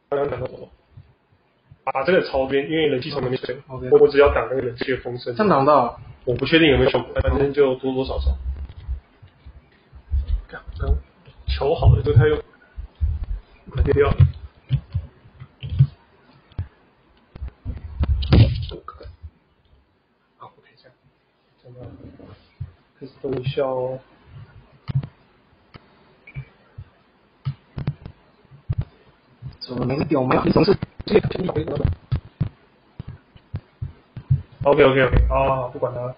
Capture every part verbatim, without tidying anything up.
刚刚讲到什么？把这个朝边，因为冷气从那边吹， OK， 我我只要挡那个冷气的风声。 这样挡到？ 我不确定有没有效果，反正就多多少少。刚刚调好了，就它又快跌掉了。好，我看一下，真的开始动一下哦。 怎么没个屌没有？你总是这个肯定没个。 OK OK OK， 好好好，不管它了。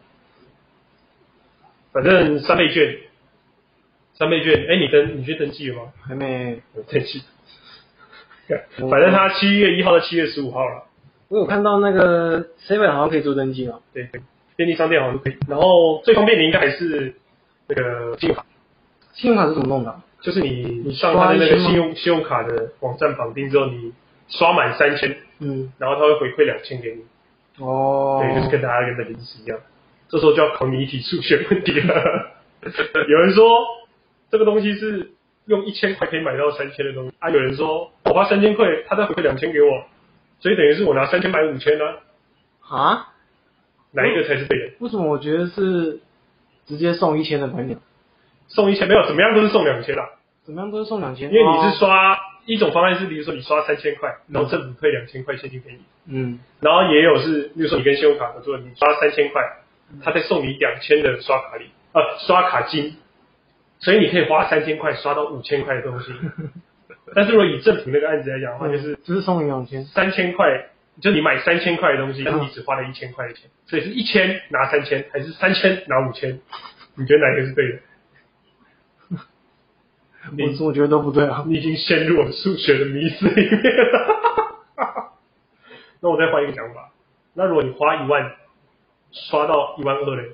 反正三倍券，三倍券，哎，你登你去登记了吗？ 还没。 我登记。反正它七月一号到七月十五号了。 我有看到那个 Seven 好像可以做登记嘛？ 对对，便利商店好像都可以。然后最方便的应该还是那个信用卡。 信用卡是怎么弄的、啊？ 就是你你上他的那个信用信用卡的网站绑定之后，你刷满三千，嗯，然后他会回馈两千给你。哦，对，就是跟大家原本的意思一样。这时候就要考你一题数学问题了。有人说这个东西是用一千块可以买到三千的东西啊，有人说我花三千块，他再回馈两千给我，所以等于是我拿三千买五千呢。啊？哪一个才是对的？ 为什么我觉得是直接送一千的朋友？ 送一千没有，怎么样都是送两千啦。 怎么样都是送两千？ 因为你是刷、哦、一种方案是，比如说你刷三千块，然后政府退两千块现金给你。嗯。然后也有是，比如说你跟信用卡合作，你刷三千块，他再送你两千的刷卡礼，呃，刷卡金，所以你可以花三千块刷到五千块的东西。但是如果以政府那个案子来讲的话，就是、 嗯、就是送你两千， 三千块，就你买三千块的东西，但是你只花了一千块的钱，所以是一千拿三千，还是三千拿五千？你觉得哪一个是对的？ 我我觉得都不对啊！ 你已经陷入了数学的迷思里面了。那我再换一个想法，那如果你花一万刷到一万二嘞，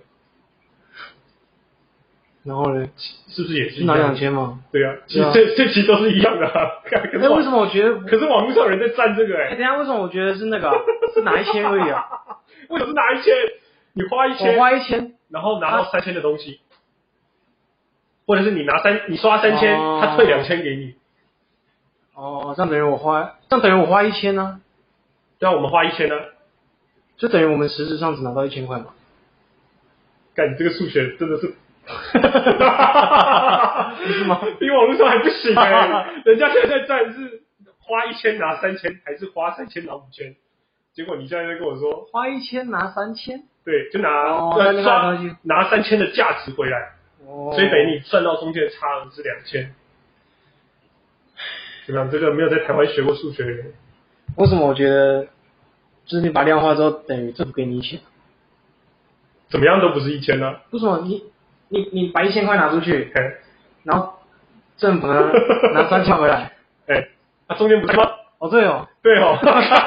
然后呢？ 是不是也是一样？ 拿两千吗？ 对啊，其实这这其实都是一样的、啊。哎、 欸，为什么我觉得？ 可是网络上有人在赞这个哎、欸。 哎、欸，等一下为什么我觉得是那个、啊、是拿一千而已啊？ 为什么是拿一千？你花一千， 我花一千， 然后拿到三千的东西。或者是你拿三，你刷三千，哦、他退两千给你。 哦，这样等于我花，这样等于我花一千呢？ 对啊，我们花一千呢， 就等于我们实质上只拿到一千块嘛。 干，你这个数学真的是， 不是吗？ 比网络上还不行哎、欸，人家现在在站是花一千拿三千，还是花三千拿五千？结果你现在在跟我说， 花一千拿三千？ 对，就拿、 哦、 呃刷拿三千的价值回来。 哦、 所以等于你算到中间的差额是两千，怎么样？这个没有在台湾学过数学的人， 为什么我觉得就是你把量化之后等于政府给你一千， 怎么样都不是一千呢？ 为什么你你你把一千块拿出去，然后政府呢拿三千回来？ 哎、欸，那、啊、中间不是吗？ 哦，对哦， 对哦，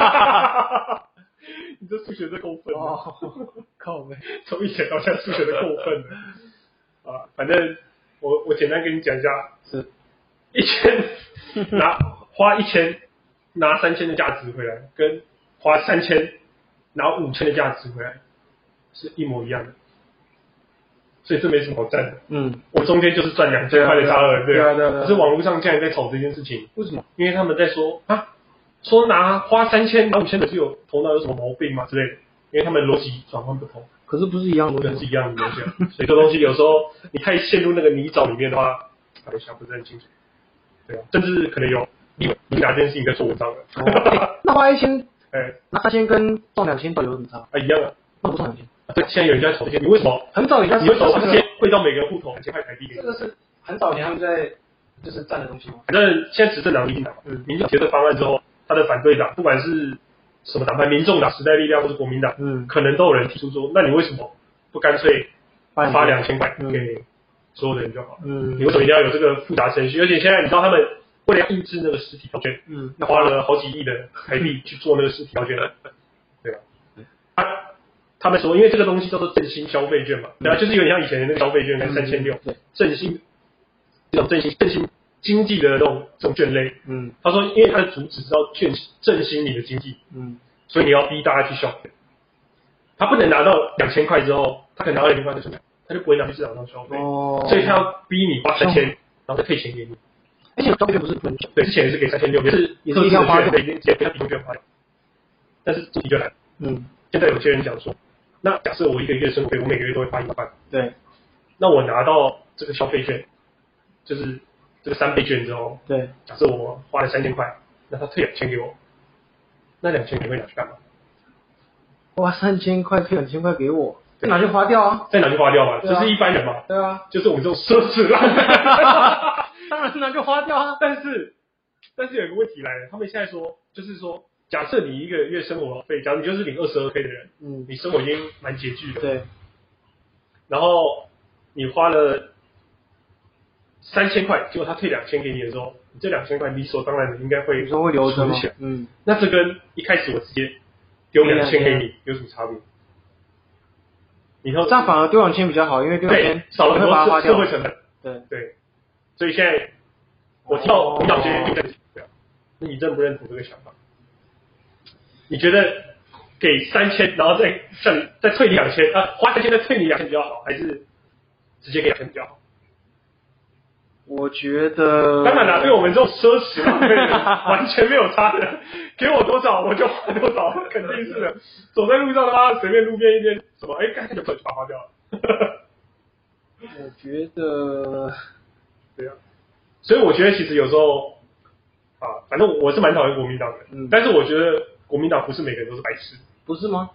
你这数学是够分的， 哦，靠背， 从以前到现在数学是够分的。啊，反正我我简单跟你讲一下， 是一千拿花一千拿三千的价值回来，跟花三千拿五千的价值回来是一模一样的，所以这没什么好赞的。嗯，我中间就是赚两千块的差额，对啊，对啊。可是网络上竟然在炒这件事情， 为什么？ 因为他们在说啊，说拿花三千拿五千的是有头脑有什么毛病吗之类的，因为他们逻辑转换不同。 可是不是一样的东西，是一样的东西、啊，所以这东西有时候你太陷入那个泥沼里面的话，他想不是很清楚。对啊，甚至可能有你你拿这件事情在做文章了。 哦欸、那花一千， 哎、欸， 拿三千跟中两千到底有什么差？ 啊，一样啊。 那不中两千？ 对，现在有人在炒这些，你为什么？ 很早以前， 你为什么直接汇到每个人户头两千块台币给你？ 这个是很早以前他们在就是占的东西吗？ 反正现在执政党民进党嘛，嗯，民进党提这个方案之后，他的反对党不管是什么党派，民众党、时代力量或是国民党，嗯，可能都有人提出说，那你为什么不干脆发两千块给所有的人就好了？嗯，你为什么一定要有这个复杂程序？而且现在你知道他们为了要印制那个实体票券，嗯，花了好几亿的台币去做那个实体票券，对吧？他他们说，因为这个东西叫做振兴消费券嘛，对啊，就是有点像以前的那个消费券，才三千六，振兴这种振兴振兴经济的那种这种券类，嗯，他说，因为他的主旨是要券振兴你的经济，嗯，所以你要逼大家去消费。他不能拿到两千块之后，他可能拿到两千块他就不会拿去市场上消费，哦，所以他要逼你花三千，然后再退钱给你。 而且消费券不是不能缴， 对，之前是给三千六，也是也是一定要花掉， 对，给给他抵用券花掉。但是这题就来， 嗯， 现在有些人讲说，那假设我一个月生活费，我每个月都会花一万块， 对， 那我拿到这个消费券，就是这个三倍券之后， 对， 假设我花了三千块，那他退两千给我，那两千你会拿去干嘛？ 花三千块退两千块给我，再拿去花掉啊， 再拿去花掉嘛， 啊、 就是一般人嘛， 对啊， 就是我们这种奢侈浪费， 当然拿去花掉啊。 但是，但是有一个问题来了，他们现在说，就是说，假设你一个月生活费，假如你就是领二十二 K 的人， 嗯， 你生活已经蛮拮据的， 对， 然后你花了三千块，结果他退两千给你的时候，你这两千块理所当然的应该会你说会留着吗？ 存起来， 嗯， 那这跟一开始我直接丢两千给你有什么差别？你说这样反而丢两千比较好，因为丢两千少了很多社会成本。 对对，所以现在我听到领导这些对啊，那你认不认同这个想法？你觉得给三千，然后再向你再退你两千啊，花三千再退你两千比较好，还是直接给两千比较好？ 我觉得， 当然啦，对我们这种奢侈浪费的人完全没有差的，给我多少我就花多少，肯定是的。走在路上的话，随便路边一边什么，哎，干脆就把它花掉了。 我觉得， 对啊，所以我觉得其实有时候啊，反正我是蛮讨厌国民党的，嗯，但是我觉得国民党不是每个人都是白痴， 不是吗？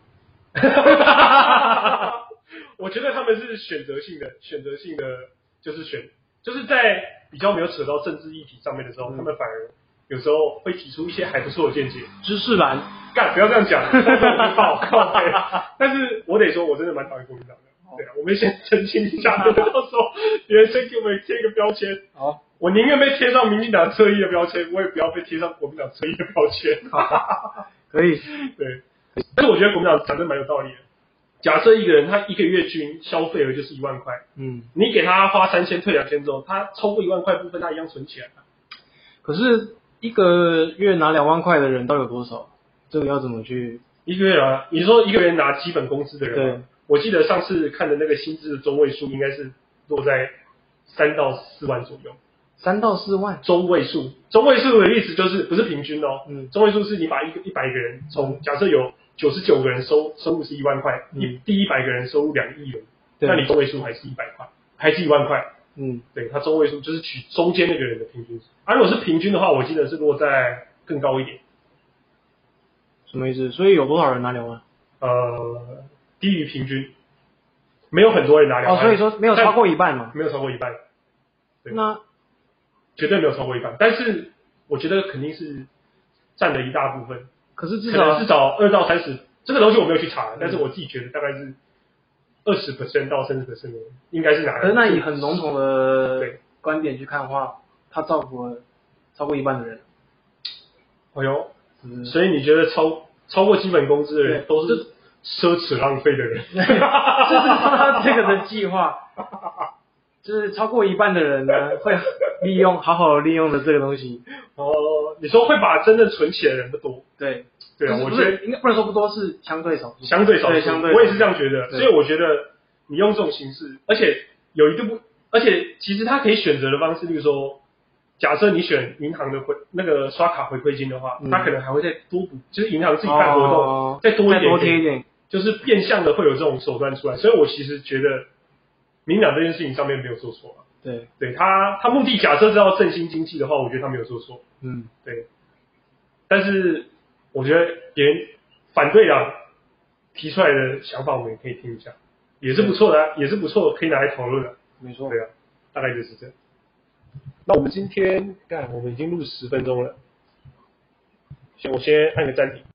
我觉得他们是选择性的，选择性的就是选。就是在比较没有扯到政治议题上面的时候，嗯、他们反而有时候会提出一些还不错的见解。 知识蓝， 干不要这样讲，但是我不靠靠背。但是我得说，我真的蛮讨厌国民党的。对啊，我们先澄清一下，到时候别人先给我们贴一个标签。 好， 我宁愿被贴上民进党侧翼的标签，我也不要被贴上国民党侧翼的标签。 可以， 对。但是我觉得国民党讲的蛮有道理的。假设一个人他一个月均消费额就是一万块，嗯，你给他花三千退两千之后，他超过一万块部分他一样存起来了。 可是一个月拿两万块的人到底有多少？这个要怎么去？ 一个月啊，你说一个月拿基本工资的人， 对， 我记得上次看的那个薪资的中位数应该是落在三到四万左右。 三到四万， 中位数，中位数的意思就是不是平均哦， 嗯， 中位数是你把一个一百个人从假设有九十九个人收收入是一万块，你、嗯、第一百个人收入两亿元，那你中位数还是一百块，还是一万块，嗯，对，它中位数就是取中间那个人的平均值，而、啊、如果是平均的话，我记得是落在更高一点。 什么意思？所以有多少人拿两万？ 呃，低于平均，没有很多人拿两万， 哦，所以说没有超过一半嘛？ 没有超过一半，对， 那绝对没有超过一半，但是我觉得肯定是占了一大部分。 可是至少至少二到三十，这个东西我没有去查，嗯、但是我自己觉得大概是二十 percent 到三十 percent 的应该是拿。 可是那以很笼统的观点去看的话，他造福了超过一半的人。 哎呦，嗯、所以你觉得超超过基本工资的人都是奢侈浪费的人？ 这是他这个的计划。就是超过一半的人呢，会利用好好利用的这个东西。 哦，你说会把真正存起来的人不多？ 对， 对啊，我觉得应该不能说不多，是相对少数。 相对少数， 相对， 我也是这样觉得。所以我觉得你用这种形式，而且有一个不，而且其实它可以选择的方式，例如说，假设你选银行的回那个刷卡回馈金的话，它、嗯、可能还会再多补，就是银行自己办活动、哦、再多一点， 再多贴一点， 就是变相的会有这种手段出来。所以我其实觉得。民党这件事情上面没有做错啊， 对， 对他他目的假设是要振兴经济的话，我觉得他没有做错， 嗯， 对，但是我觉得别人反对党提出来的想法，我们也可以听一下，也是不错的、啊，也是不错，可以拿来讨论的， 没错， 对啊，大概就是这样。那我们今天干，我们已经录十分钟了，先我先按个暂停。